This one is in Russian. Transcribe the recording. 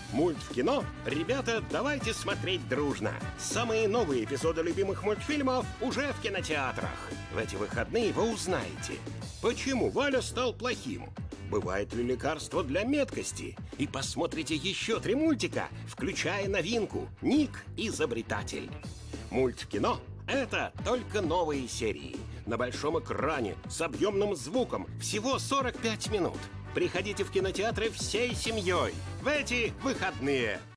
Мульт в кино? Ребята, давайте смотреть дружно. Самые новые эпизоды любимых мультфильмов уже в кинотеатрах. В эти выходные вы узнаете, почему Валя стал плохим, бывает ли лекарство для меткости, и посмотрите еще 3 мультика, включая новинку «Ник Изобретатель». Мульт в кино — это только новые серии. На большом экране, с объемным звуком, всего 45 минут. Приходите в кинотеатры всей семьей в эти выходные.